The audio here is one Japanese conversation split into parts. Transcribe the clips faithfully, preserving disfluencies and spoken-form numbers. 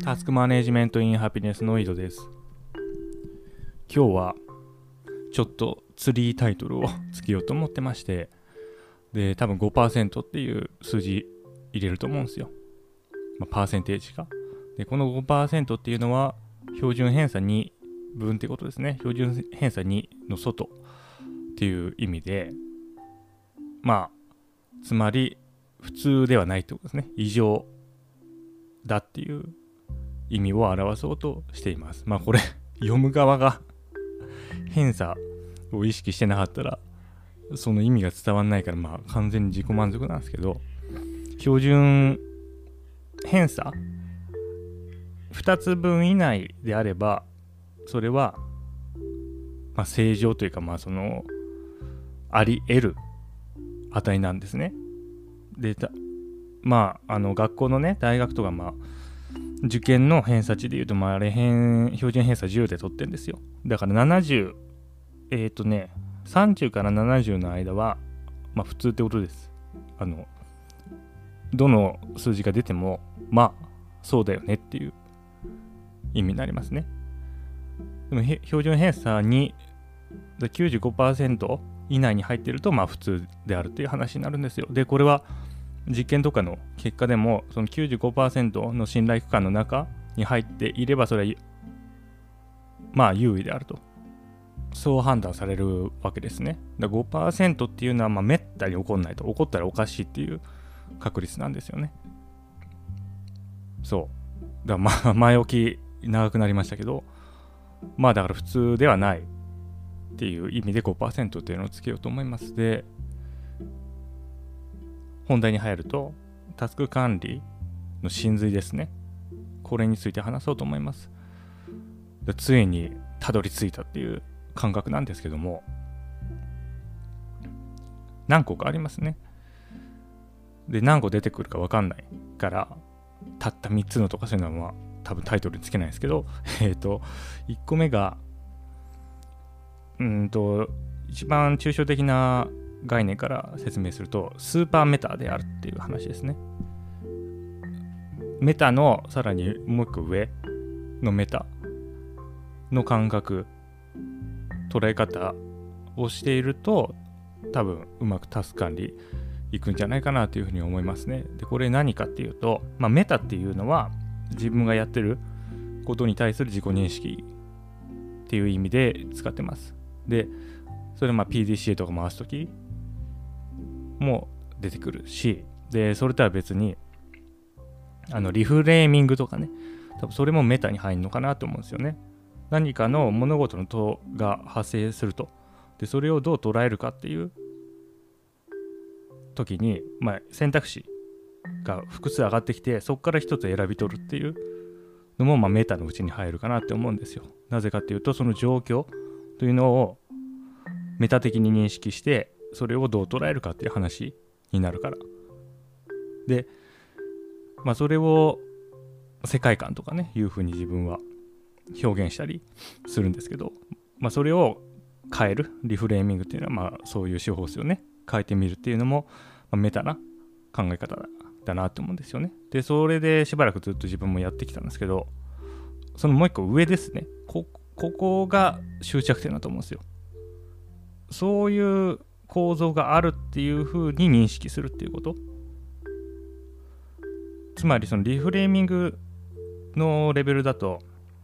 タスクマネジメントインハピネスの井戸です。今日はちょっとツリータイトルをつけようと思ってまして、で多分 ごパーセント っていう数字入れると思うんですよ。まあ、パーセンテージが。でこの ごパーセント っていうのは標準偏差に分ってことですね。標準偏差にの外っていう意味で、まあつまり普通ではないってことですね。異常だっていう意味を表そうとしています。まあこれ読む側が偏差を意識してなかったらその意味が伝わらないから、まあ完全に自己満足なんですけど、標準偏差ふたつぶん以内であればそれはまあ正常というか、まあそのあり得る値なんですね。でまああの学校のね大学とかまあ受験の偏差値でいうと、まああれ偏標準偏差じゅうで取ってるんですよ。だからななじゅうえっ、ー、とねさんじゅうからななじゅうの間はまあ普通ってことです。あのどの数字が出てもまあそうだよねっていう意味になりますね。でも標準偏差に きゅうじゅうごパーセント 以内に入っているとまあ普通であるという話になるんですよ。でこれは実験とかの結果でもその きゅうじゅうごパーセント の信頼区間の中に入っていればそれはまあ優位であるとそう判断されるわけですね。だから ごパーセント っていうのはまあめったに起こんないと、起こったらおかしいっていう確率なんですよね。そうだからまあ前置き長くなりましたけど、まあだから普通ではないっていう意味で ごパーセント っていうのをつけようと思います。で本題に入るとタスク管理の真髄ですね。これについて話そうと思います。でついにたどり着いたっていう感覚なんですけども、何個かありますね。で何個出てくるか分かんないからたったみっつのとかそういうのは多分タイトルにつけないですけどえっといっこめがうんと一番抽象的な概念から説明するとスーパーメタであるっていう話ですね。メタのさらにもう一個上のメタの感覚捉え方をしていると多分うまくタスク管理いくんじゃないかなというふうに思いますね。でこれ何かっていうと、まあ、メタっていうのは自分がやってることに対する自己認識っていう意味で使ってます。でそれまあ ピーディーシーエー とか回すときも出てくるし、でそれとは別にあのリフレーミングとかね、多分それもメタに入るのかなと思うんですよね。何かの物事のとが発生すると、でそれをどう捉えるかっていう時に、まあ、選択肢が複数上がってきてそこから一つ選び取るっていうのも、まあ、メタのうちに入るかなって思うんですよ。なぜかっていうとその状況というのをメタ的に認識してそれをどう捉えるかっていう話になるから。で、まあそれを世界観とかねいうふうに自分は表現したりするんですけど、まあそれを変えるリフレーミングっていうのはまあそういう手法ですよね。変えてみるっていうのも、まあ、メタな考え方だなと思うんですよね。でそれでしばらくずっと自分もやってきたんですけど、そのもう一個上ですね。こここが終着点だと思うんですよ。そういう構造があるっていう風に認識するっていうこと。つまりそのリフレーミングのレベルだと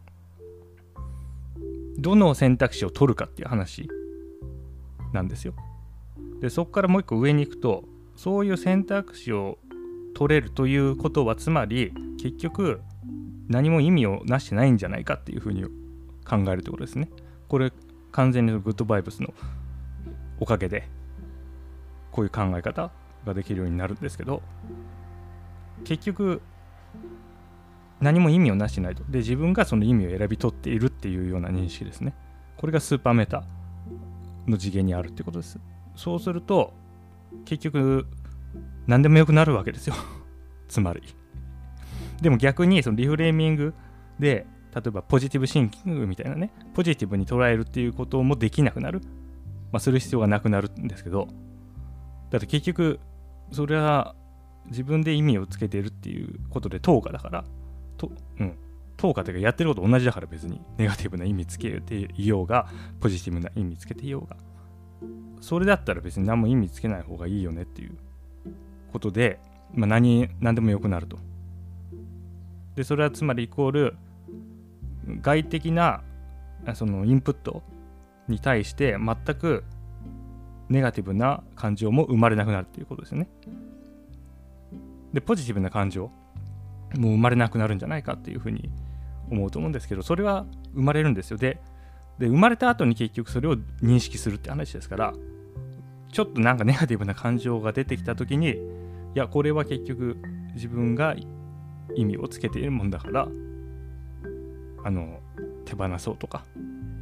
どの選択肢を取るかっていう話なんですよ。でそこからもう一個上に行くと、そういう選択肢を取れるということはつまり結局何も意味をなしてないんじゃないかっていう風に考えるってことですね。これ完全にグッドバイブスのおかげでこういう考え方ができるようになるんですけど、結局何も意味をなしてないと。で自分がその意味を選び取っているっていうような認識ですね。これがスーパーメタの次元にあるってことです。そうすると結局何でもよくなるわけですよつまり。でも逆にそのリフレーミングで例えばポジティブシンキングみたいなね、ポジティブに捉えるっていうこともできなくなる、まあ、する必要がなくなるんですけど、だって結局それは自分で意味をつけているっていうことで等価だからと、うん、 効果というかやってること同じだから、別にネガティブな意味つけていようがポジティブな意味つけていようが、それだったら別に何も意味つけない方がいいよねっていうことで、まあ、何何でもよくなると。でそれはつまりイコール外的なそのインプットに対して全くネガティブな感情も生まれなくなるっていうことですよね。でポジティブな感情もう生まれなくなるんじゃないかっていうふうに思うと思うんですけど、それは生まれるんですよ。で、で生まれた後に結局それを認識するって話ですから、ちょっとなんかネガティブな感情が出てきた時に、いやこれは結局自分が意味をつけているもんだからあの手放そうとか、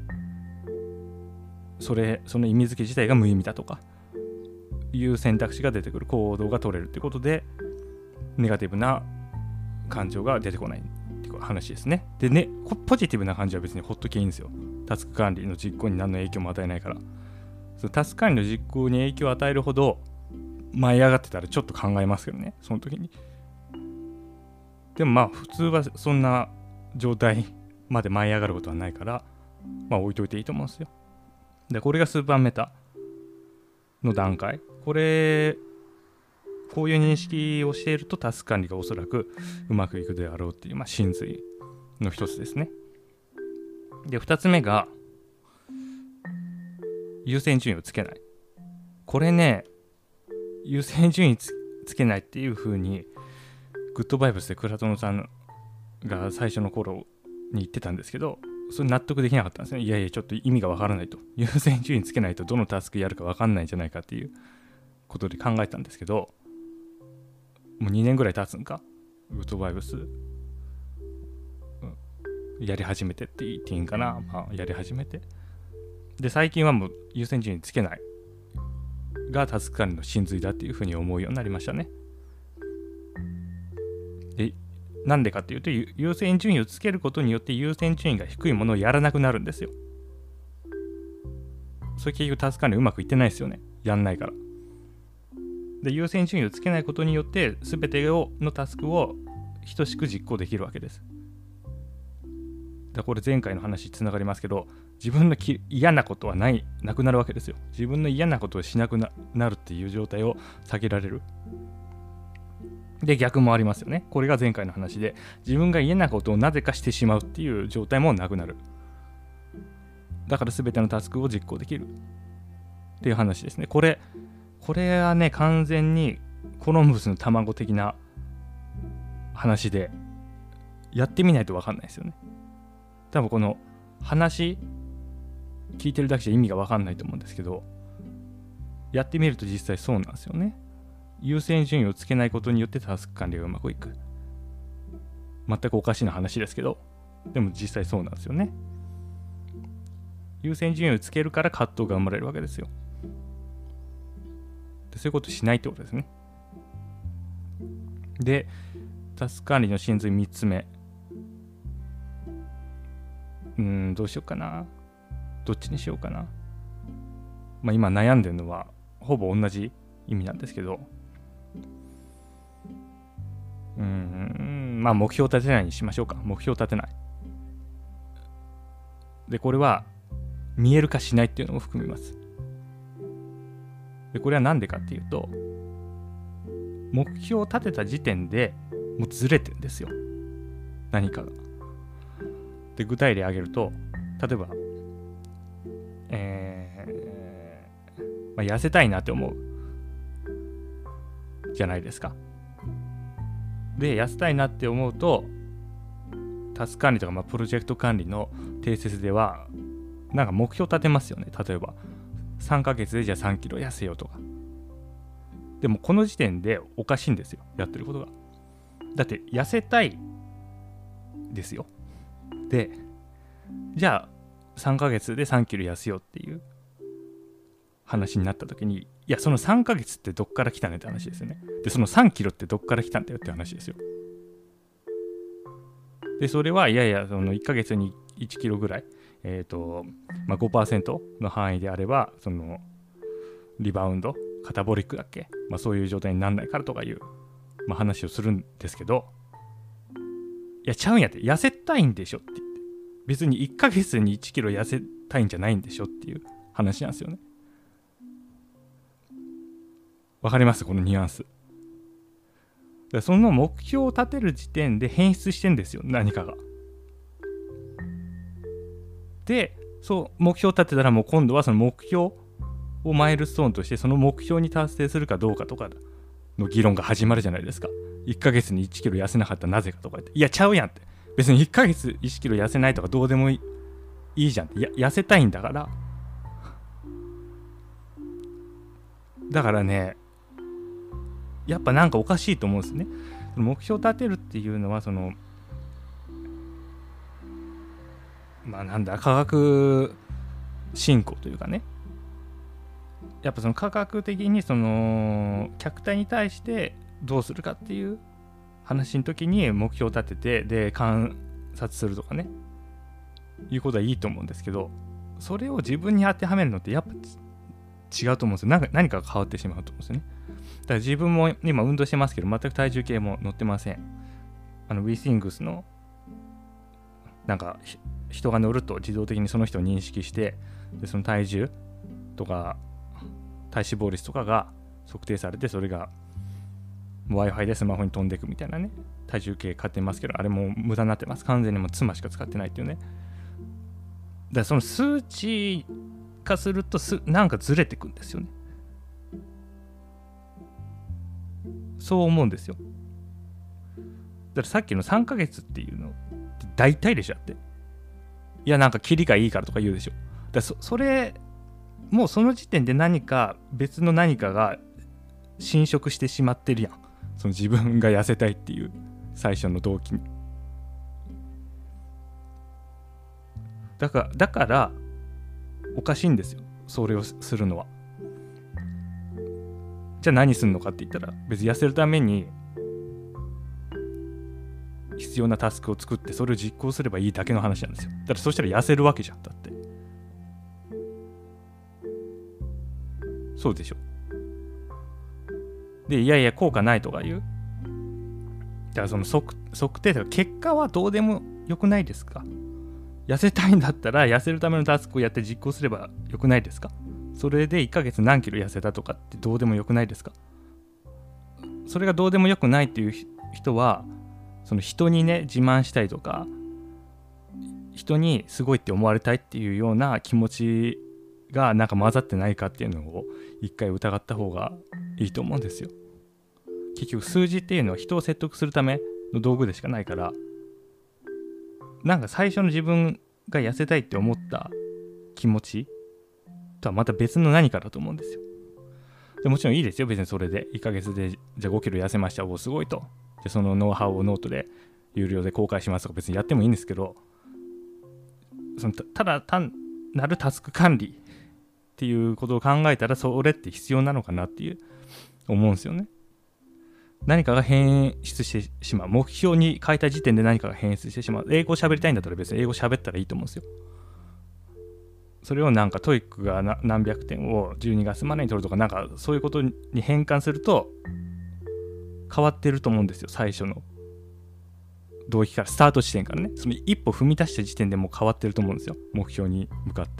それその意味付け自体が無意味だとかいう選択肢が出てくる、行動が取れるってことでネガティブな感情が出てこないっていう話ですね。でね、ポジティブな感情は別にほっときゃいいんですよ。タスク管理の実行に何の影響も与えないから。そのタスク管理の実行に影響を与えるほど舞い上がってたらちょっと考えますけどね、その時に。でもまあ普通はそんな状態まで舞い上がることはないから、まあ置いといていいと思うんですよ。でこれがスーパーメタの段階、これこういう認識をしているとタスク管理がおそらくうまくいくであろうっていう、まあ、真髄の一つですね。でふたつめが優先順位をつけない。これね、優先順位 つ, つけないっていう風にグッドバイブスで倉殿さんが最初の頃に言ってたんですけど、それ納得できなかったんですね。いやいやちょっと意味がわからないと、優先順位つけないとどのタスクやるかわかんないんじゃないかっていうことで考えたんですけど、もうにねんぐらい経つんか、グッドバイブス、うん、やり始めてって言っていいんかな、まあ、やり始めて、で最近はもう優先順位つけないがタスク管理の真髄だっていうふうに思うようになりましたね。でなんでかっていうと、優先順位をつけることによって優先順位が低いものをやらなくなるんですよ。それ結局タスク管理うまくいってないですよね、やんないから。で優先順位をつけないことによって全てをのタスクを等しく実行できるわけです。だこれ前回の話につながりますけど、自分の嫌なことはないなくなるわけですよ。自分の嫌なことをしなく な, なるっていう状態を避けられる。で逆もありますよね。これが前回の話で、自分が嫌なことをなぜかしてしまうっていう状態もなくなる。だから全てのタスクを実行できるっていう話ですね。これこれはね、完全にコロンブスの卵的な話で、やってみないと分かんないですよね。多分この話聞いてるだけじゃ意味が分かんないと思うんですけど、やってみると実際そうなんですよね。優先順位をつけないことによってタスク管理がうまくいく。全くおかしな話ですけど、でも実際そうなんですよね。優先順位をつけるから葛藤が生まれるわけですよ。でそういうことしないってことですね。でタスク管理の真髄みっつめ、うーんどうしようかな、どっちにしようかな。まあ今悩んでるのはほぼ同じ意味なんですけど、うーんまあ目標立てないにしましょうか。目標立てないで、これは見える化しないっていうのも含みます。でこれは何でかっていうと、目標を立てた時点でもうずれてるんですよ、何かが。で具体例挙げると、例えば、えーまあ、痩せたいなって思うじゃないですか。で痩せたいなって思うと、タスク管理とか、まあ、プロジェクト管理の定説ではなんか目標立てますよね。例えばさんかげつでじゃあさんキロ痩せようとか。でもこの時点でおかしいんですよ、やってることが。だって痩せたいですよ。でじゃあさんかげつでさんキロ痩せようっていう話になった時に、いやそのさんかげつってどっから来たねって話ですよね。でそのさんキロってどっから来たんだよって話ですよ。でそれはいやいやそのいっかげつにいちキロぐらい、えっとまあ、ごパーセント の範囲であれば、そのリバウンドカタボリックだっけ、まあ、そういう状態にならないからとかいう、まあ、話をするんですけど、 やちゃうんやって、痩せたいんでしょって言って、別にいっかげつにいちキロ痩せたいんじゃないんでしょっていう話なんですよね。わかりますこのニュアンス。その目標を立てる時点で変質してんですよ、何かが。で、そう目標を立てたら、もう今度はその目標をマイルストーンとして、その目標に達成するかどうかとかの議論が始まるじゃないですか。いっかげつにいちキロ痩せなかったらなぜかとか言って、いやちゃうやんって、別にいっかげついちキロ痩せないとかどうでもいい、いいじゃんって、や痩せたいんだから。だからね、やっぱなんかおかしいと思うんですね。目標を立てるっていうのは、そのまあなんだ、科学進歩というかね、やっぱその科学的にその客体に対してどうするかっていう話の時に目標を立てて、で観察するとかね、いうことはいいと思うんですけど、それを自分に当てはめるのってやっぱ違うと思うんですよ。なんか何かが変わってしまうと思うんですよね。だから自分も今運動してますけど、全く体重計も乗ってません。あの WeThings のなんか人が乗ると自動的にその人を認識して、でその体重とか体脂肪率とかが測定されて、それが Wi-Fi でスマホに飛んでいくみたいなね、体重計買ってますけど、あれもう無駄になってます。完全にもう妻しか使ってないっていうね。だからその数値化するとすなんかずれてくんですよね。そう思うんですよ。だからさっきのさんかげつっていうの大体でしょって。いやなんかキリがいいからとか言うでしょ。だから そ, それもうその時点で何か別の何かが侵食してしまってるやん。その自分が痩せたいっていう最初の動機に。だからだからおかしいんですよ、それをするのは。じゃあ何するのかって言ったら、別に痩せるために必要なタスクを作ってそれを実行すればいいだけの話なんですよ。だからそしたら痩せるわけじゃん。だってそうでしょ。でいやいや効果ないとか言う。だからその 測, 測定とか結果はどうでもよくないですか。痩せたいんだったら痩せるためのタスクをやって実行すればよくないですか。それでいっかげつ何キロ痩せたとかってどうでもよくないですか。それがどうでもよくないっていう人は、その人にね自慢したいとか、人にすごいって思われたいっていうような気持ちがなんか混ざってないかっていうのを一回疑った方がいいと思うんですよ。結局数字っていうのは人を説得するための道具でしかないから、なんか最初の自分が痩せたいって思った気持ちとはまた別の何かだと思うんですよ。でもちろんいいですよ、別にそれでいっかげつでじゃあごキロ痩せました、おすごいと、でそのノウハウをノートで有料で公開しますとか別にやってもいいんですけど、その た, ただ単なるタスク管理っていうことを考えたら、それって必要なのかなっていう思うんですよね。何かが変質してしまう、目標に変えた時点で何かが変質してしまう。英語を喋りたいんだったら別に英語喋ったらいいと思うんですよ。それをなんかトイックが何百点をじゅうにがつまでに取るとか、なんかそういうことに変換すると変わってると思うんですよ。最初の動機から、スタート地点からね、その一歩踏み出した時点でもう変わってると思うんですよ、目標に向かって。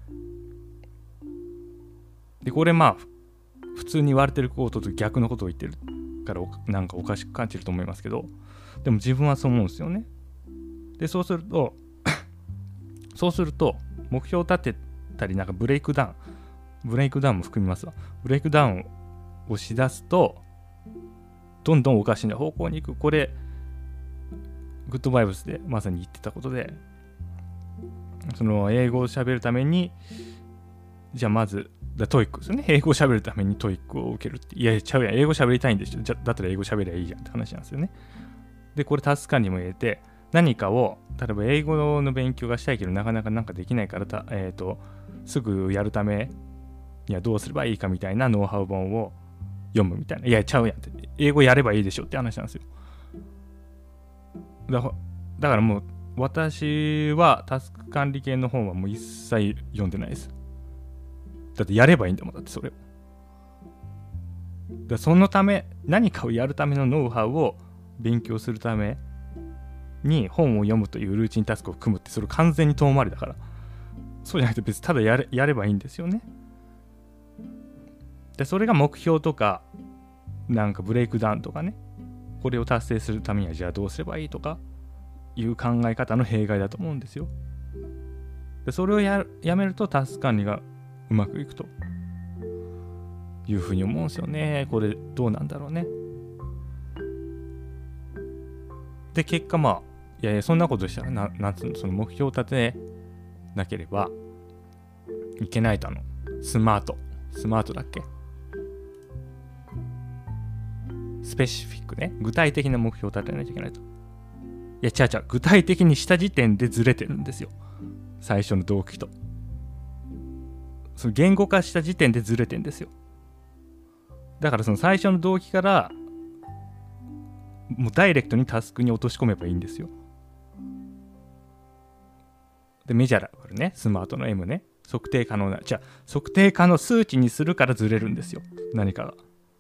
でこれまあ普通に言われてることと逆のことを言ってるから、なんかおかしく感じると思いますけど、でも自分はそう思うんですよね。でそうするとそうすると目標を立てたり、なんかブレイクダウンブレイクダウンも含みますわ。ブレイクダウンをしだすとどんどんおかしな方向に行く。これグッドバイブスでまさに言ってたことで、その英語を喋るために、じゃあまずだトイックですよね。英語を喋るためにトイックを受けるって、いやちゃうやん、英語喋りたいんでしょ、じゃだったら英語喋りゃいいじゃんって話なんですよね。でこれタスク管理も入れて、何かを例えば英語の勉強がしたいけどなかなかなんかできないからた、えーと、すぐやるためにはどうすればいいかみたいなノウハウ本を読むみたいな。いやちゃうやんって、英語やればいいでしょって話なんですよ。だ, だからもう私はタスク管理系の本はもう一切読んでないです。だってやればいいんだもん。だってそれをだそのため、何かをやるためのノウハウを勉強するために本を読むというルーチンタスクを組むって、それ完全に遠回りだから。そうじゃなくて別にただやれ、やればいいんですよね。でそれが目標とかなんかブレイクダウンとかね、これを達成するためにはじゃあどうすればいいとかいう考え方の弊害だと思うんですよ。でそれを や, やめるとタスク管理がうまくいくというふうに思うんですよね。これどうなんだろうね。で結果まあいやいやそんなことしたら な, なんつうのその目標を立てなければいけないと、あのスマートスマートだっけ、スペシフィックね、具体的な目標を立てないといけないと。いや違う違う、具体的にした時点でずれてるんですよ、最初の動機と。その言語化した時点でずれてるんですよ。だからその最初の動機からもうダイレクトにタスクに落とし込めばいいんですよ。でメジャーラブルね、スマートの M ね、測定可能な、じゃあ測定可能数値にするからずれるんですよ、何かが。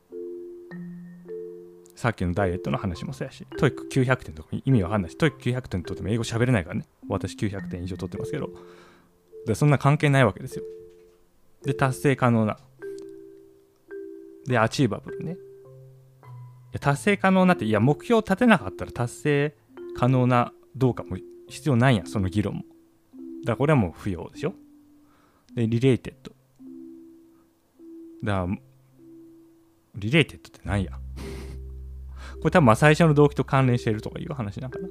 さっきのダイエットの話もそうやし、トイックきゅうひゃくてんとか意味わかんないし、トイックきゅうひゃくてんとっても英語喋れないからね、私きゅうひゃくてん以上取ってますけど、でそんな関係ないわけですよ。で達成可能な、でアチーバブルね、いや達成可能なって、いや目標を立てなかったら達成可能などうかも必要ないやん、その議論も。だからこれはもう不要でしょ。でリレーテッドだから、リレーテッドって何やこれ多分まあ最初の動機と関連しているとかいう話なんかな。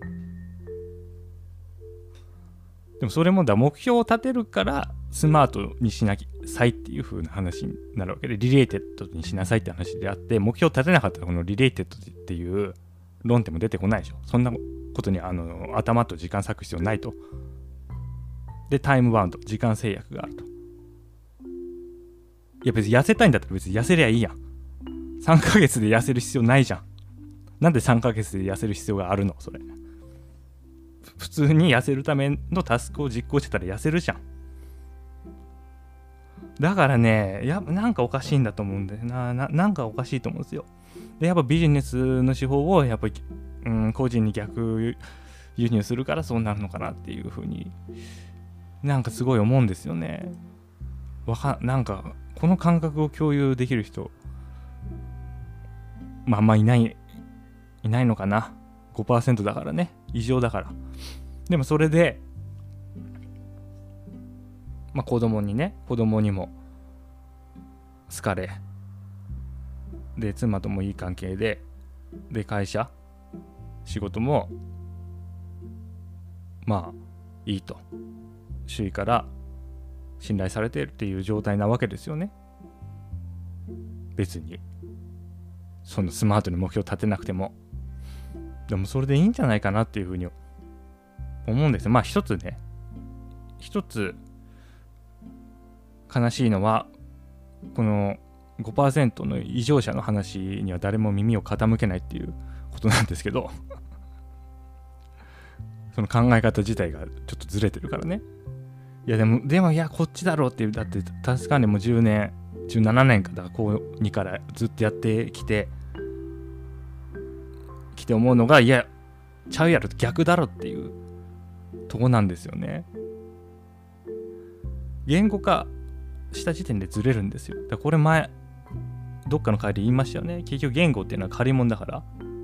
でもそれもだ目標を立てるからスマートにしなさいっていう風な話になるわけで、リレーテッドにしなさいって話であって、目標を立てなかったらこのリレーテッドっていう論点も出てこないでしょ。そんなことにあの頭と時間割く必要ないと。でタイムバウンド、時間制約があると。いや別に痩せたいんだったら別に痩せりゃいいやん。さんかげつで痩せる必要ないじゃん。なんでさんかげつで痩せる必要があるのそれ。普通に痩せるためのタスクを実行してたら痩せるじゃん。だからね、やなんかおかしいんだと思うんだよな。な、なんかおかしいと思うんですよ。で、やっぱビジネスの手法をやっぱり、うん、個人に逆輸入するからそうなるのかなっていうふうになんかすごい思うんですよね。わかなんかこの感覚を共有できる人、まああんまいないいないのかな。ごパーセント だからね、異常だから。でもそれでまあ子供にね、子供にも好かれ、で妻ともいい関係で、で会社仕事もまあいいと、周囲から信頼されているっていう状態なわけですよね。別にそのスマートに目標を立てなくても。でもそれでいいんじゃないかなっていうふうに思うんですよ。まあ一つね、一つ悲しいのはこの ごパーセント の異常者の話には誰も耳を傾けないっていうことなんですけどその考え方自体がちょっとずれてるからね。いやでもでもいやこっちだろうっていう、だって確かにもうじゅうねんじゅうななねんかだこうにからずっとやってきてきて思うのが、いやちゃうやろ、逆だろっていうとこなんですよね。言語化した時点でずれるんですよ。だからこれ前どっかの回で言いましたよね。結局言語っていうのは借り物だから、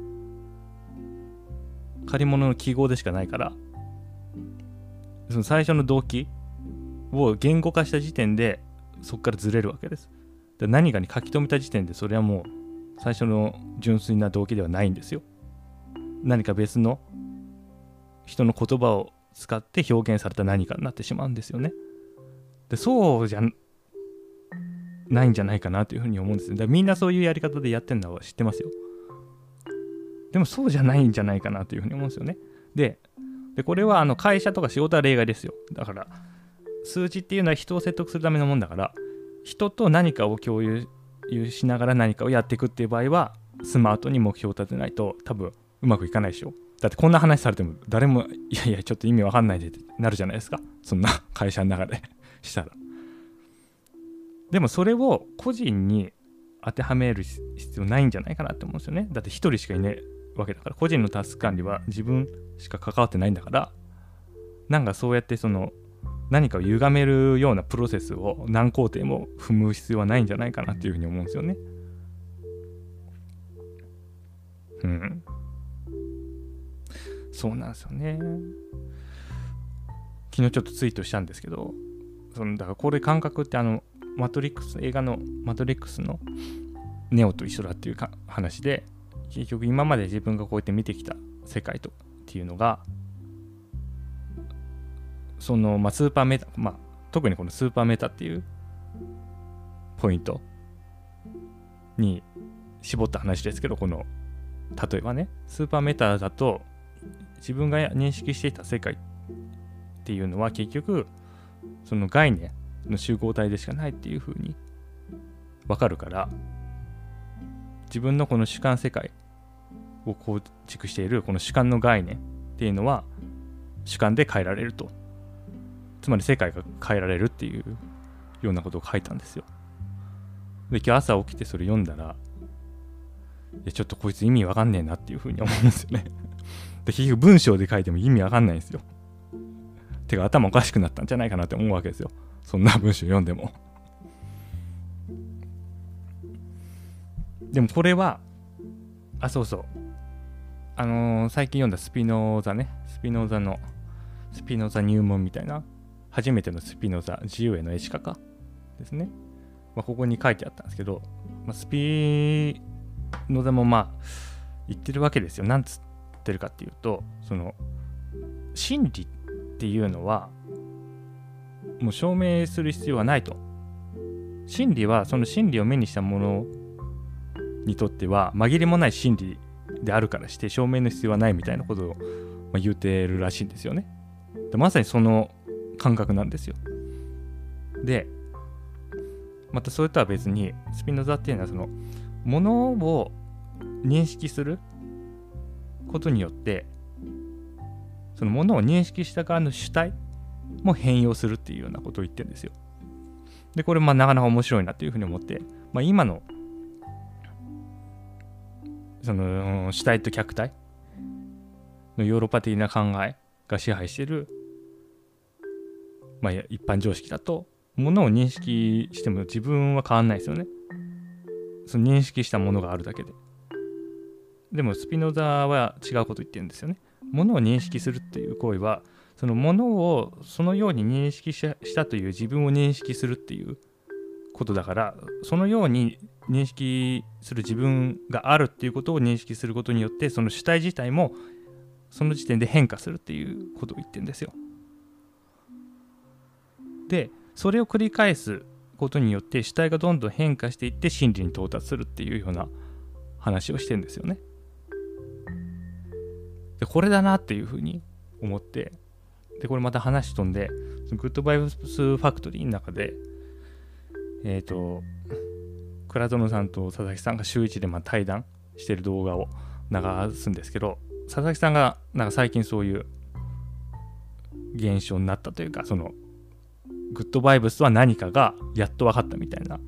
借り物の記号でしかないから、その最初の動機を言語化した時点でそこからずれるわけです。だ何かに書き留めた時点でそれはもう最初の純粋な動機ではないんですよ。何か別の人の言葉を使って表現された何かになってしまうんですよね。でそうじゃないんじゃないかなというふうに思うんですよ。だからみんなそういうやり方でやってるのは知ってますよ。でもそうじゃないんじゃないかなというふうに思うんですよね。で、でこれはあの会社とか仕事は例外ですよ。だから数字っていうのは人を説得するためのもんだから、人と何かを共有しながら何かをやっていくっていう場合はスマートに目標を立てないと多分うまくいかないでしょ。だってこんな話されても誰もいやいやちょっと意味わかんないでってなるじゃないですか、そんな会社の中でしたら。でもそれを個人に当てはめる必要ないんじゃないかなって思うんですよね。だって一人しかいねわけだから、個人のタスク管理は自分しか関わってないんだから、なんかそうやってその何かを歪めるようなプロセスを何工程も踏む必要はないんじゃないかなっていうふうに思うんですよね。うん。そうなんですよね。昨日ちょっとツイートしたんですけど、そのだからこれ感覚ってあのマトリックス、映画のマトリックスのネオと一緒だっていうか話で、結局今まで自分がこうやって見てきた世界とっていうのが、その、まあ、スーパーメタ、まあ、特にこのスーパーメタっていうポイントに絞った話ですけど、この例えばね、スーパーメタだと自分が認識していた世界っていうのは結局その概念の集合体でしかないっていう風に分かるから、自分のこの主観世界を構築しているこの主観の概念っていうのは主観で変えられると、つまり世界が変えられるっていうようなことを書いたんですよ。で、今日朝起きてそれ読んだら、いやちょっとこいつ意味わかんねえなっていうふうに思うんですよね。で、結局文章で書いても意味わかんないんですよ。てか頭おかしくなったんじゃないかなって思うわけですよ。そんな文章読んでも。でもこれは、あ、そうそう。あのー、最近読んだスピノーザね。スピノーザの、スピノーザ入門みたいな、初めてのスピノーザ、自由への絵師家かですね。まあ、ここに書いてあったんですけど、まあ、スピノーザもまあ、言ってるわけですよ。なんつってるかっていうと、その、真理っていうのは、もう証明する必要はないと。真理は、その真理を目にしたものにとっては、紛れもない真理であるからして証明の必要はないみたいなことを言うてるらしいんですよね。でまさにその感覚なんですよ。で、またそれとは別にスピノザっていうのはそのものを認識することによってそのものを認識した側の主体も変容するっていうようなことを言ってるんですよ。で、これまあなかなか面白いなというふうに思って、まあ、今のその主体と客体のヨーロッパ的な考えが支配している、まあ、一般常識だと、ものを認識しても自分は変わんないですよね。その認識したものがあるだけで。でもスピノザは違うこと言ってるんですよね。ものを認識するっていう行為は、そのものをそのように認識したという自分を認識するっていうことだから、そのように認識する自分があるっていうことを認識することによって、その主体自体もその時点で変化するっていうことを言ってるんですよ。で、それを繰り返すことによって主体がどんどん変化していって真理に到達するっていうような話をしてるんですよね。で、これだなっていうふうに思って、で、これまた話飛んで、グッドバイブスファクトリーの中で、えっと、倉園さんと佐々木さんが週一でまあ対談してる動画を流すんですけど、佐々木さんがなんか最近そういう現象になったというか、そのグッドバイブスは何かがやっと分かったみたいな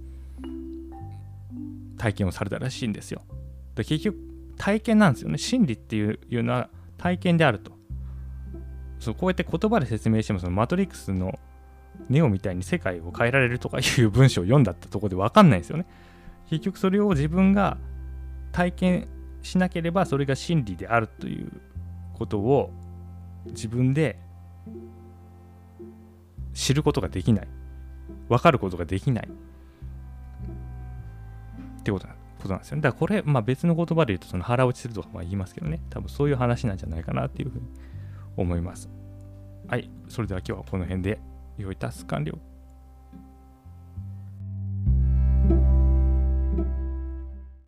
体験をされたらしいんですよ。で、結局体験なんですよね。真理っていうのは体験であると。そうこうやって言葉で説明しても、そのマトリックスのネオみたいに世界を変えられるとかいう文章を読んだったところで分かんないんですよね。結局それを自分が体験しなければそれが真理であるということを自分で知ることができない、分かることができないってことなことなんですよね。だからこれ、まあ、別の言葉で言うとその腹落ちするとかは言いますけどね、多分そういう話なんじゃないかなっていうふうに思います。はい、それでは今日はこの辺で良いタスク完了。